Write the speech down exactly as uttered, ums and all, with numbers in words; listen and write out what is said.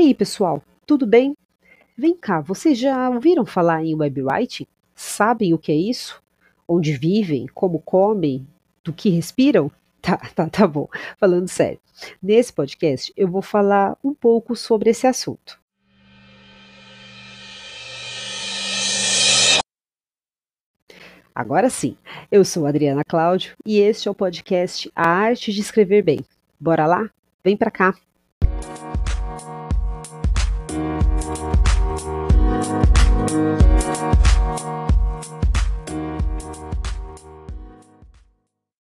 aí, pessoal, tudo bem? Vem cá, vocês já ouviram falar em webwriting? Sabem o que é isso? Onde vivem? Como comem? Do que respiram? Tá, tá, tá bom. Falando sério. Nesse podcast eu vou falar um pouco sobre esse assunto. Agora sim, eu sou Adriana Cláudio e este é o podcast A Arte de Escrever Bem. Bora lá? Vem pra cá.